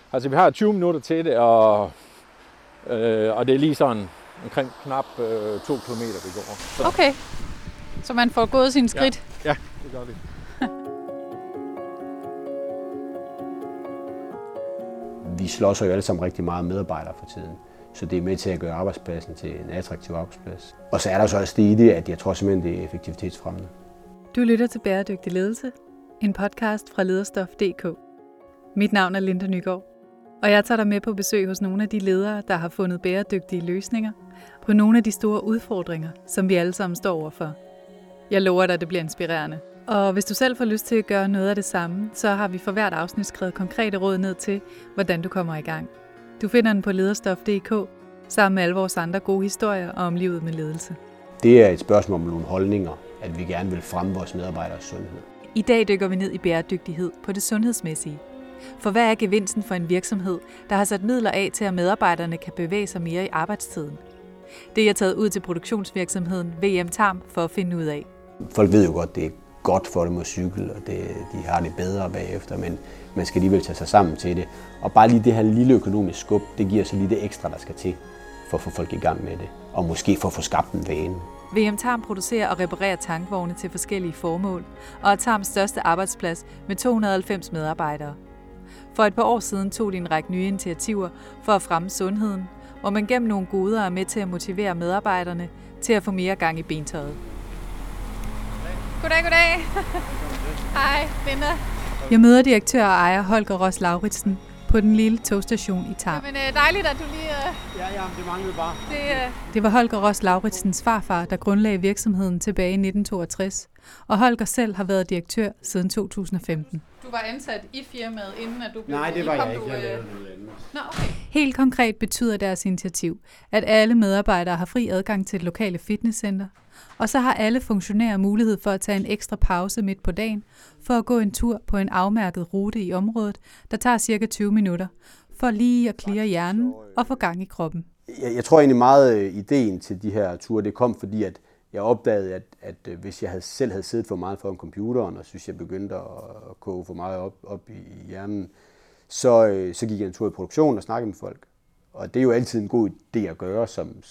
Altså, vi har 20 minutter til det, og det er lige sådan omkring knap 2 kilometer, vi går. Så. Okay, så man får gået sine skridt? Ja, det gør vi. Vi slås jo alle sammen rigtig meget medarbejdere for tiden, så det er med til at gøre arbejdspladsen til en attraktiv arbejdsplads. Og så er der så også det i det, at jeg tror simpelthen, det er effektivitetsfremmende. Du lytter til Bæredygtig Ledelse, en podcast fra Lederstof.dk. Mit navn er Linda Nygaard, og jeg tager dig med på besøg hos nogle af de ledere, der har fundet bæredygtige løsninger på nogle af de store udfordringer, som vi alle sammen står overfor. Jeg lover dig, at det bliver inspirerende. Og hvis du selv får lyst til at gøre noget af det samme, så har vi for hvert afsnit skrevet konkrete råd ned til, hvordan du kommer i gang. Du finder den på Lederstof.dk, sammen med alle vores andre gode historier om livet med ledelse. Det er et spørgsmål om nogle holdninger, at vi gerne vil fremme vores medarbejderes sundhed. I dag dykker vi ned i bæredygtighed på det sundhedsmæssige. For hvad er gevinsten for en virksomhed, der har sat midler af til, at medarbejderne kan bevæge sig mere i arbejdstiden? Det er jeg taget ud til produktionsvirksomheden VM Tarm for at finde ud af. Folk ved jo godt, det er godt for dem at cykle, og de har det bedre bagefter, men man skal alligevel tage sig sammen til det. Og bare lige det her lille økonomisk skub, det giver så lige det ekstra, der skal til for at få folk i gang med det, og måske for at få skabt en vane. VM Tarm producerer og reparerer tankvogne til forskellige formål, og er Tarms største arbejdsplads med 290 medarbejdere. For et par år siden tog de en række nye initiativer for at fremme sundheden, hvor man gennem nogle goder er med til at motivere medarbejderne til at få mere gang i bentøjet. Goddag. Hej, Linda. Jeg møder direktør og ejer Holger Ross Lauritsen på den lille togstation i Tarm. Men dejligt, at du lige... Ja, det manglede bare. Det var Holger Ross Lauritsens farfar, der grundlagde virksomheden tilbage i 1962, og Holger selv har været direktør siden 2015. Du var ansat i firmaet, inden at du blev... Nej, det var jeg ikke. Jeg lavede noget andet. Nå, okay. Helt konkret betyder deres initiativ, at alle medarbejdere har fri adgang til et lokale fitnesscenter, og så har alle funktionærer mulighed for at tage en ekstra pause midt på dagen, for at gå en tur på en afmærket rute i området, der tager cirka 20 minutter, for lige at cleare hjernen og få gang i kroppen. Jeg tror egentlig meget, ideen til de her ture, det kom fordi, at jeg opdagede, at hvis jeg selv havde siddet for meget foran computeren, og synes, jeg begyndte at koge for meget op i hjernen, så gik jeg en tur i produktion og snakkede med folk. Og det er jo altid en god idé at gøre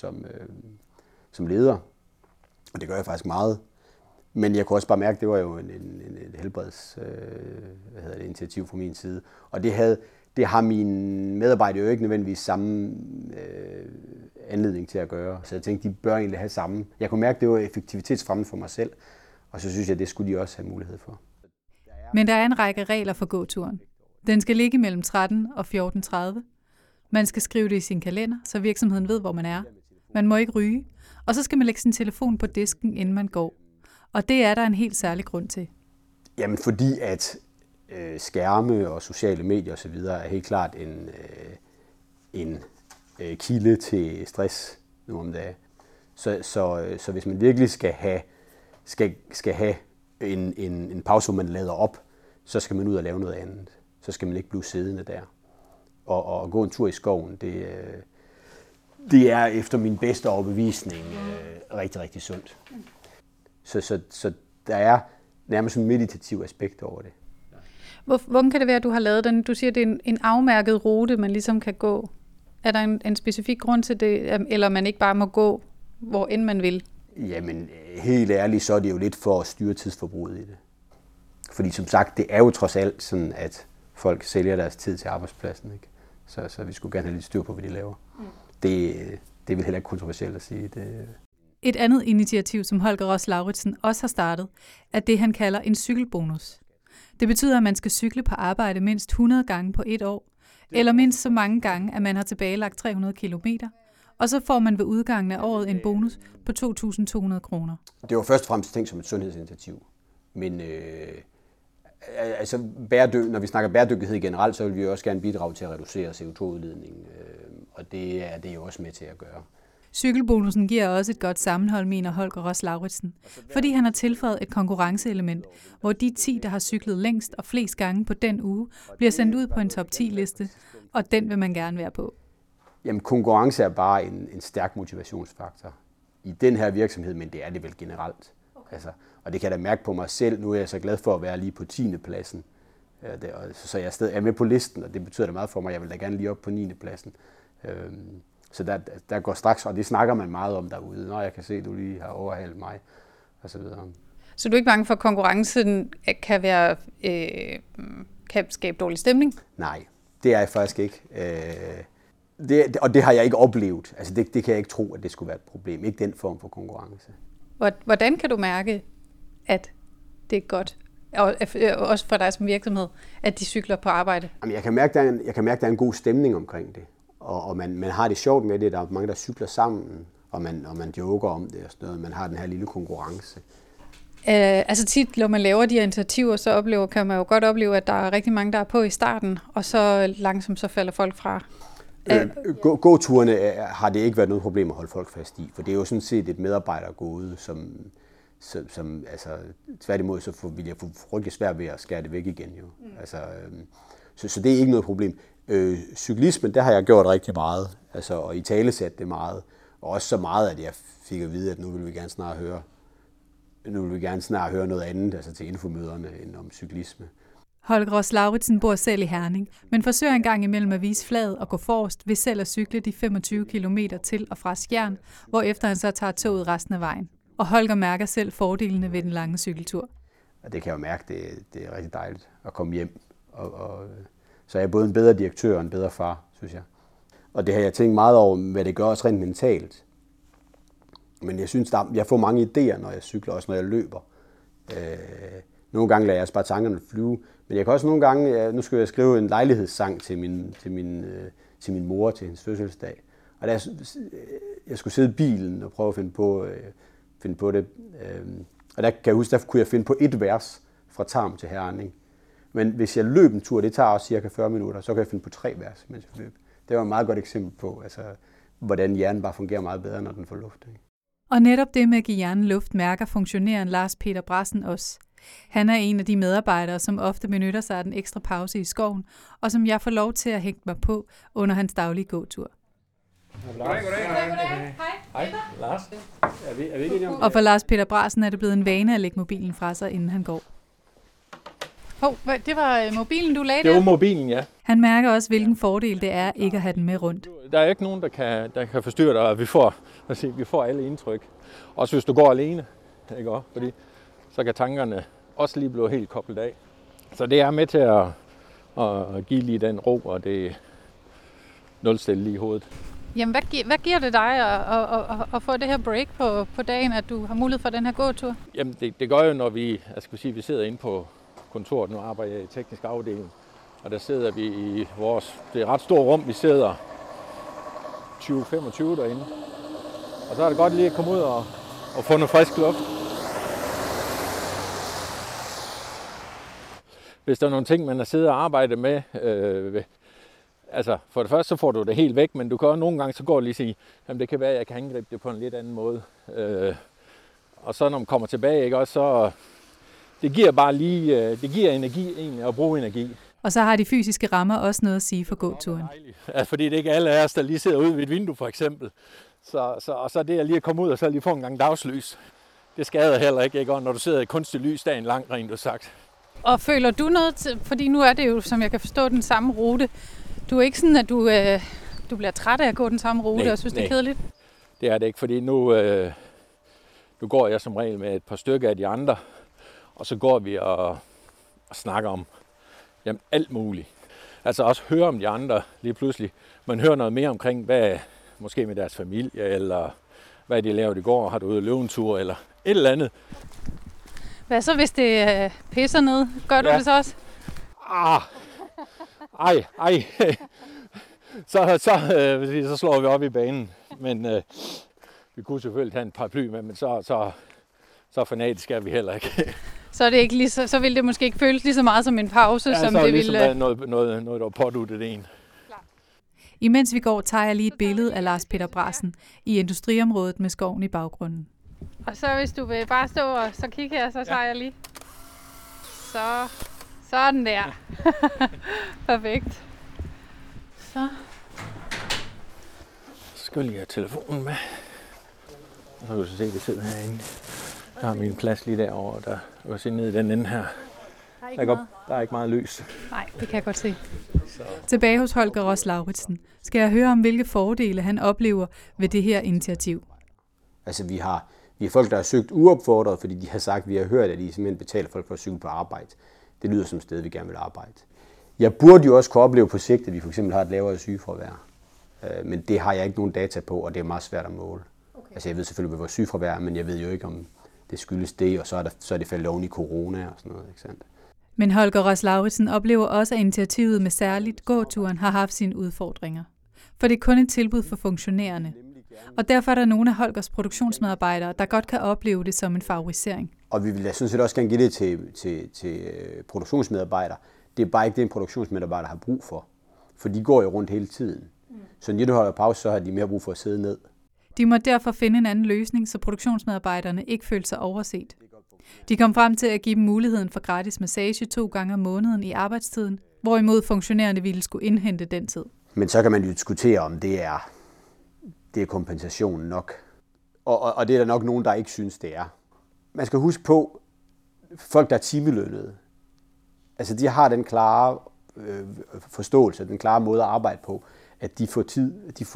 som leder. Og det gør jeg faktisk meget. Men jeg kunne også bare mærke, at det var jo et helbredsinitiativ fra min side. Og det har mine medarbejdere jo ikke nødvendigvis samme anledning til at gøre. Så jeg tænkte, de bør egentlig have samme. Jeg kunne mærke, at det var effektivitetsfremmende for mig selv. Og så synes jeg, at det skulle de også have mulighed for. Men der er en række regler for gåturen. Den skal ligge mellem 13 og 14.30. Man skal skrive det i sin kalender, så virksomheden ved, hvor man er. Man må ikke ryge. Og så skal man lægge sin telefon på disken, inden man går. Og det er der en helt særlig grund til. Jamen fordi at skærme og sociale medier osv. er helt klart en kilde til stress nu om dagen. Så hvis man virkelig skal have en pause, hvor man lader op, så skal man ud og lave noget andet. Så skal man ikke blive siddende der. Og gå en tur i skoven, det er efter min bedste overbevisning rigtig, rigtig sundt. Så der er nærmest en meditativ aspekt over det. Hvordan kan det være, at du har lavet den? Du siger, at det er en afmærket rute, man ligesom kan gå. Er der en specifik grund til det, eller man ikke bare må gå, hvor end man vil? Jamen, helt ærligt, så er det jo lidt for at styre tidsforbruget i det. Fordi som sagt, det er jo trods alt sådan, at folk sælger deres tid til arbejdspladsen, ikke? Så vi skulle gerne have lidt styr på, hvad de laver. Det er vel heller ikke kontroversielt at sige. Et andet initiativ, som Holger Ross Lauritsen også har startet, er det, han kalder en cykelbonus. Det betyder, at man skal cykle på arbejde mindst 100 gange på et år, eller mindst så mange gange, at man har tilbagelagt 300 kilometer, og så får man ved udgangen af året en bonus på 2.200 kroner. Det var først og fremmest tænkt som et sundhedsinitiativ, men når vi snakker bæredygtighed generelt, så vil vi jo også gerne bidrage til at reducere CO2-udledningen, og det er det jo også med til at gøre. Cykelbonusen giver også et godt sammenhold, mener Holger Ross Lauritsen, fordi han har tilføjet et konkurrenceelement, hvor de 10, der har cyklet længst og flest gange på den uge, bliver sendt ud på en top 10-liste, og den vil man gerne være på. Jamen, konkurrence er bare en stærk motivationsfaktor i den her virksomhed, men det er det vel generelt. Okay. Og det kan jeg da mærke på mig selv. Nu er jeg så glad for at være lige på 10. pladsen. Så jeg er med på listen, og det betyder det meget for mig. Jeg vil da gerne lige op på 9. pladsen. Så der går straks, og det snakker man meget om derude. Når jeg kan se, at du lige har overhalet mig, og så videre. Så du er ikke bange for, at konkurrencen kan skabe dårlig stemning? Nej, det er jeg faktisk ikke. Og det har jeg ikke oplevet. Altså det kan jeg ikke tro, at det skulle være et problem. Ikke den form for konkurrence. Hvordan kan du mærke, at det er godt, og også for dig som virksomhed, at de cykler på arbejde? Jamen, jeg kan mærke, at der er en god stemning omkring det. Og man har det sjovt med det. Der er mange, der cykler sammen, og man joker om det og sådan noget. Man har den her lille konkurrence. Altså tit, når man laver de her initiativer, så kan man jo godt opleve, at der er rigtig mange, der er på i starten, og så langsomt så falder folk fra. Gåturene har det ikke været noget problem at holde folk fast i, for det er jo sådan set et medarbejdergode, som altså, tværtimod så vil jeg få frygtelig svært ved at skære det væk igen. Jo. Altså, så det er ikke noget problem. Cyklismen, der har jeg gjort rigtig meget, altså, og italesat det meget, og også så meget, at jeg fik at vide, at nu vil vi gerne snart høre noget andet, altså til infomøderne, end om cyklisme. Holger Ross Lauritsen bor selv i Herning, men forsøger en gang imellem at vise flaget og gå forrest ved selv at cykle de 25 kilometer til og fra Skjern, hvorefter han så tager toget resten af vejen. Og Holger mærker selv fordelene ved den lange cykeltur. Og det kan jeg jo mærke, det er rigtig dejligt at komme hjem. Så jeg er både en bedre direktør og en bedre far, synes jeg. Og det har jeg tænkt meget over, hvad det gør også rent mentalt. Men jeg synes, jeg får mange idéer, når jeg cykler, også når jeg løber. Nogle gange lader jeg bare tankerne flyve, men jeg kan også nogle gange, nu skal jeg skrive en lejlighedssang til min mor til hendes fødselsdag. Og der jeg skulle sidde i bilen og prøve at finde på det. Og der kan jeg huske, der kunne jeg finde på et vers fra Tarm til Herning. Men hvis jeg løb en tur, det tager også cirka 40 minutter, så kan jeg finde på 3 vers, mens jeg løb. Det var et meget godt eksempel på, altså, hvordan hjernen bare fungerer meget bedre, når den får luft. Ikke? Og netop det med at give hjernen luft, mærker funktionæren Lars Peter Brassen også. Han er en af de medarbejdere, som ofte benytter sig af den ekstra pause i skoven, og som jeg får lov til at hænge mig på under hans daglige gåtur. Goddag. Hej. Lars. Er vi ikke og for Lars Peter Brassen er det blevet en vane at lægge mobilen fra sig, inden han går. Det var mobilen, du lagde der? Det var mobilen, ja. Han mærker også, hvilken fordel det er ikke at have den med rundt. Der er ikke nogen, der kan forstyrre dig, og vi får alle indtryk. Også hvis du går alene, ikke også? Fordi så kan tankerne også lige blive helt koblet af. Så det er med til at give lige den ro, og det nulstille lige i hovedet. Jamen, hvad giver det dig at få det her break på dagen, at du har mulighed for den her gåtur? Jamen, det gør jo, når vi sidder inde på kontoret. Nu arbejder jeg i teknisk afdeling, og der sidder vi i det er et ret stort rum, vi sidder 20-25 derinde. Og så er det godt lige at komme ud og få noget frisk luft. Hvis der er nogle ting, man har siddet og arbejdet med, altså for det første så får du det helt væk, men du kan også nogle gange så går lige sige, jamen det kan være, at jeg kan angribe det på en lidt anden måde. Og så når man kommer tilbage, ikke, også, så det giver bare lige, det giver energi egentlig at bruge energi. Og så har de fysiske rammer også noget at sige for gåturen. Ja, fordi det er ikke alle af os, der lige sidder ude ved et vindue for eksempel. Og så det at lige at komme ud og så lige få en gang dagslys. Det skader heller ikke, og når du sidder i kunstig lys dagen lang, rent du sagt. Og føler du noget til, fordi nu er det jo, som jeg kan forstå, den samme rute. Du er ikke sådan, at du bliver træt af at gå den samme rute og synes, det er kedeligt? Det er det ikke, fordi nu går jeg som regel med et par stykker af de andre, og så går vi og snakker om alt muligt. Altså også høre om de andre lige pludselig. Man hører noget mere omkring, hvad måske med deres familie, eller hvad de lavede i går, har du ude at løbe en tur, eller et eller andet. Hvad så, hvis det pisser ned? Gør du det så også? Ej. Så slår vi op i banen. Men vi kunne selvfølgelig tage en paraply med, men så fanatisk er vi heller ikke. Så er det ikke så vil det måske ikke føles lige så meget som en pause, som det ville. Ja, så noget der var påduttet en. Imens vi går, tager jeg lige et billede af Lars Peter Brassen i industriområdet med skoven i baggrunden. Og så hvis du vil bare stå og så kigge her, så tager jeg lige. Sådan der. Perfekt. Så skal jeg lige have telefonen med. Så kan du se, at vi sidder herinde. Jeg har min plads lige derovre, der kan se ned i den ende her. Hej. Der er ikke meget lys. Nej, det kan jeg godt se. Tilbage hos Holger Ross Lauritsen skal jeg høre om, hvilke fordele han oplever ved det her initiativ. Altså vi har folk, der har søgt uopfordret, fordi de har sagt, vi har hørt, at de simpelthen betaler folk for at cykle på arbejde. Det lyder som et sted, vi gerne vil arbejde. Jeg burde jo også kunne opleve på sigt, at vi for eksempel har et lavere sygefravær. Men det har jeg ikke nogen data på, og det er meget svært at måle. Okay. Altså jeg ved selvfølgelig, hvad vores sygefravær er, men jeg ved jo ikke, om det skyldes det, og så er det faldet oven i corona og sådan noget. Ikke sandt? Men Holger Ross Lauritsen oplever også, at initiativet med særligt gåturen har haft sine udfordringer. For det er kun et tilbud for funktionærerne. Og derfor er der nogle af Holgers produktionsmedarbejdere, der godt kan opleve det som en favorisering. Og vi vil sådan set også gerne give det til produktionsmedarbejdere. Det er bare ikke det, en produktionsmedarbejder har brug for. For de går jo rundt hele tiden. Så når de holder pause, så har de mere brug for at sidde ned. De må derfor finde en anden løsning, så produktionsmedarbejderne ikke føler sig overset. De kom frem til at give dem muligheden for gratis massage 2 gange om måneden i arbejdstiden, hvorimod funktionærerne ville skulle indhente den tid. Men så kan man jo diskutere, om det er kompensation nok. Og det er der nok nogen, der ikke synes, det er. Man skal huske på, folk, der er timelønnede, altså de har den klare forståelse, den klare måde at arbejde på, at de får tid,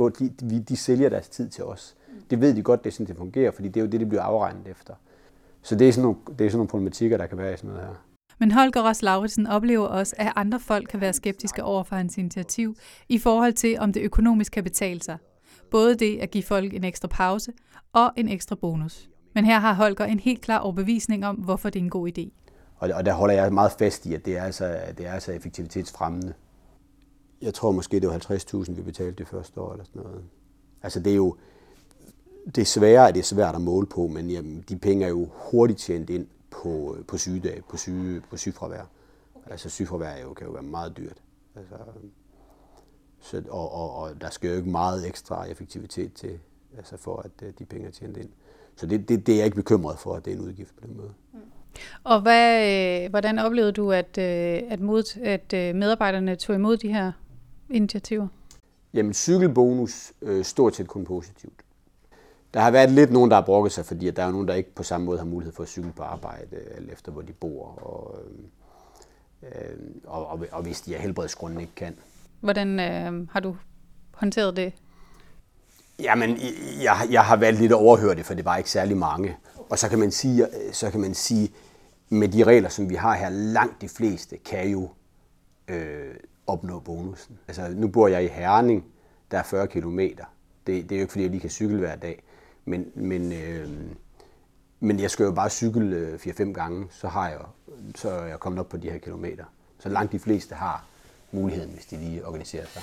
de sælger deres tid til os. Det ved de godt, det er sådan, det fungerer, fordi det er jo det, de bliver afregnet efter. Så det er sådan nogle problematikker, der kan være i sådan noget her. Men Holger Ross Lauritsen oplever også, at andre folk kan være skeptiske over for hans initiativ i forhold til, om det økonomisk kan betale sig. Både det at give folk en ekstra pause og en ekstra bonus. Men her har Holger en helt klar overbevisning om, hvorfor det er en god idé. Og der holder jeg meget fast i, at det er altså effektivitetsfremmende. Jeg tror måske, det var 50.000, vi betalte det første år eller sådan noget. Altså det er jo det er svært at måle på, men jamen, de penge er jo hurtigt tjent ind på sygedage, på sygefravær. Altså sygefravær kan jo være meget dyrt. Altså, og der skal jo ikke meget ekstra effektivitet til, altså for at de penge er tjent ind. Så det er jeg ikke bekymret for, at det er en udgift på den måde. Og hvordan oplevede du, at medarbejderne tog imod de her initiativer? Jamen cykelbonus stort set kun positivt. Der har været lidt nogen, der har brokket sig, fordi at der er nogen, der ikke på samme måde har mulighed for at cykle på arbejde, eller efter hvor de bor, og hvis de af helbredsgrunden ikke kan. Hvordan har du håndteret det? Jamen, jeg har valgt lidt at overhøre det, for det var ikke særlig mange. Og så kan man sige, med de regler, som vi har her, langt de fleste kan jo opnå bonusen. Altså, nu bor jeg i Herning, der er 40 kilometer. Det er jo ikke, fordi jeg lige kan cykle hver dag. Men jeg skal jo bare cykle 4-5 gange, så er jeg kommet op på de her kilometer. Så langt de fleste har muligheden, hvis de lige organiserer sig.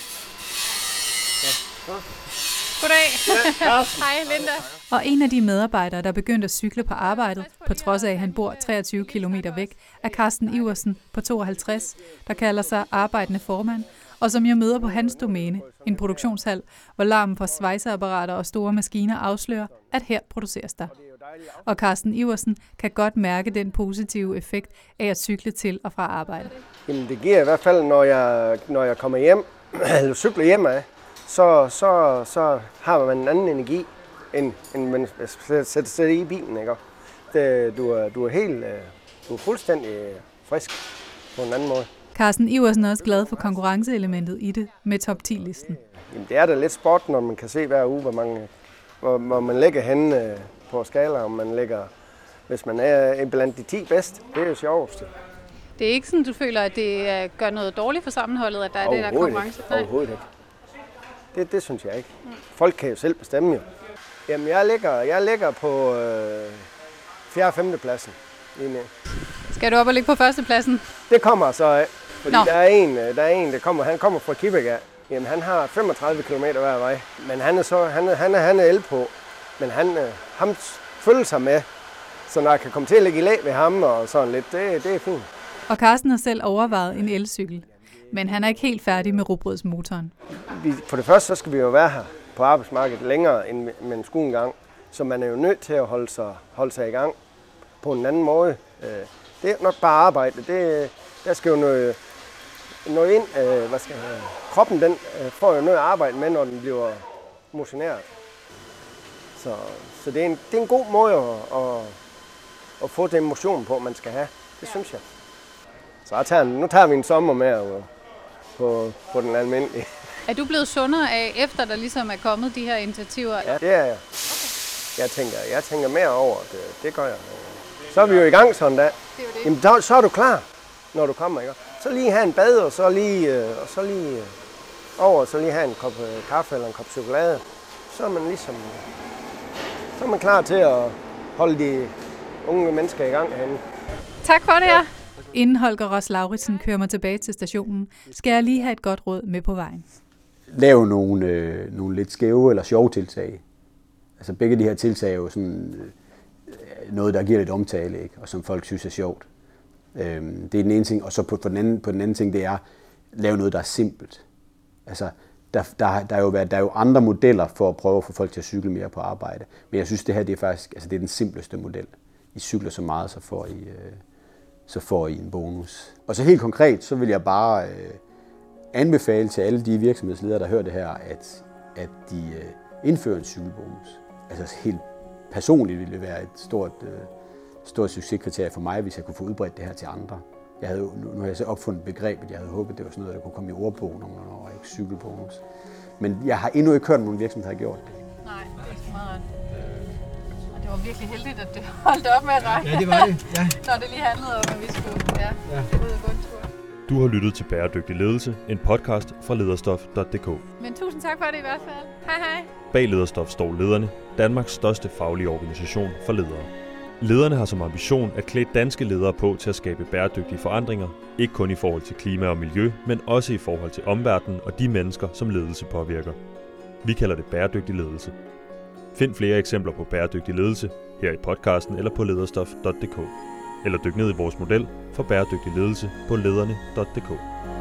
Goddag. Hej Linda. Og en af de medarbejdere, der begyndte at cykle på arbejdet, på trods af at han bor 23 km væk, er Carsten Iversen på 52, der kalder sig arbejdende formand, og som jeg møder på hans domæne, en produktionshal, hvor larmen fra svejseapparater og store maskiner afslører, at her produceres der. Og Carsten Iversen kan godt mærke den positive effekt af at cykle til og fra arbejde. Jamen, det giver i hvert fald, når jeg kommer hjem, eller cykler hjem af, så har man en anden energi, end man sætter sig i bilen, ikke? Du er fuldstændig frisk på en anden måde. Carsten Iversen er også glad for konkurrenceelementet i det med top 10-listen. Jamen, det er da lidt sport, når man kan se hver uge, hvor man ligger henne på skala, om man ligger, hvis man er blandt de 10 bedste. Det er jo sjovest. Det er ikke sådan, du føler, at det gør noget dårligt for sammenholdet, at der er det der konkurrence? Overhovedet ikke. Det synes jeg ikke. Folk kan jo selv bestemme jo. Jamen, jeg ligger på 4. og 5. pladsen. Skal du op og ligge på 1. pladsen? Det kommer så af. Fordi der er en, han kommer fra Kibæk af. Jamen, han har 35 km hver vej. Men han er el på. Men ham følger sig med. Så når jeg kan komme til at ligge i læ ved ham og sådan lidt, det er fint. Og Carsten har selv overvejet en elcykel. Men han er ikke helt færdig med rugbrødsmotoren. For det første, så skal vi jo være her på arbejdsmarkedet længere end med en skolegang. Så man er jo nødt til at holde sig i gang på en anden måde. Det er nok bare arbejde. Der skal jo noget ind. Kroppen den får jo noget at arbejde med, når den bliver motioneret. Så det er en god måde at få den motion på, man skal have. Det synes jeg. Så nu tager vi en sommer med på den almindelige. Er du blevet sundere af, efter der ligesom er kommet de her initiativer? Ja, det er jeg. Jeg tænker mere over det gør jeg. Så er vi jo i gang sådan en dag. Jamen, så er du klar, når du kommer, ikke? Så lige have en bad, og så lige have en kop kaffe eller en kop chokolade. Så er man ligesom, klar til at holde de unge mennesker i gang herinde. Tak for det, ja. Inden Holger Ross Lauritsen kører mig tilbage til stationen, skal jeg lige have et godt råd med på vejen. Lav nogle lidt skæve eller sjove tiltag. Altså begge de her tiltag er jo sådan noget, der giver lidt omtale, ikke? Og som folk synes er sjovt. Det er den ene ting, og så på den anden ting, det er lave noget, der er simpelt. Altså, der er jo andre modeller for at prøve at få folk til at cykle mere på arbejde. Men jeg synes, det her det er faktisk det er den simpleste model. I cykler så meget, så får I en bonus. Og så helt konkret, så vil jeg bare anbefale til alle de virksomhedsledere, der hører det her, at de indfører en cykelbonus. Altså helt personligt ville det være et stort succeskriterie for mig, hvis jeg kunne få udbredt det her til andre. Nu har jeg så opfundet begrebet, jeg havde håbet, det var sådan noget, der kunne komme i ordbogen nogle år, ikke cykelbonus. Men jeg har endnu ikke hørt, at nogen virksomhed har gjort det. Nej, det er ikke så meget. Og det var virkelig heldigt, at det holdt op med at række. Ja, det var det. Ja. Når det lige handlede om, at vi skulle ud og gå en tur. Du har lyttet til Bæredygtig Ledelse, en podcast fra lederstof.dk. Men tusind tak for det i hvert fald. Hej hej. Bag Lederstof står lederne, Danmarks største faglige organisation for ledere. Lederne har som ambition at klæde danske ledere på til at skabe bæredygtige forandringer, ikke kun i forhold til klima og miljø, men også i forhold til omverdenen og de mennesker, som ledelse påvirker. Vi kalder det bæredygtig ledelse. Find flere eksempler på bæredygtig ledelse her i podcasten eller på lederstof.dk. Eller dyk ned i vores model for bæredygtig ledelse på lederne.dk.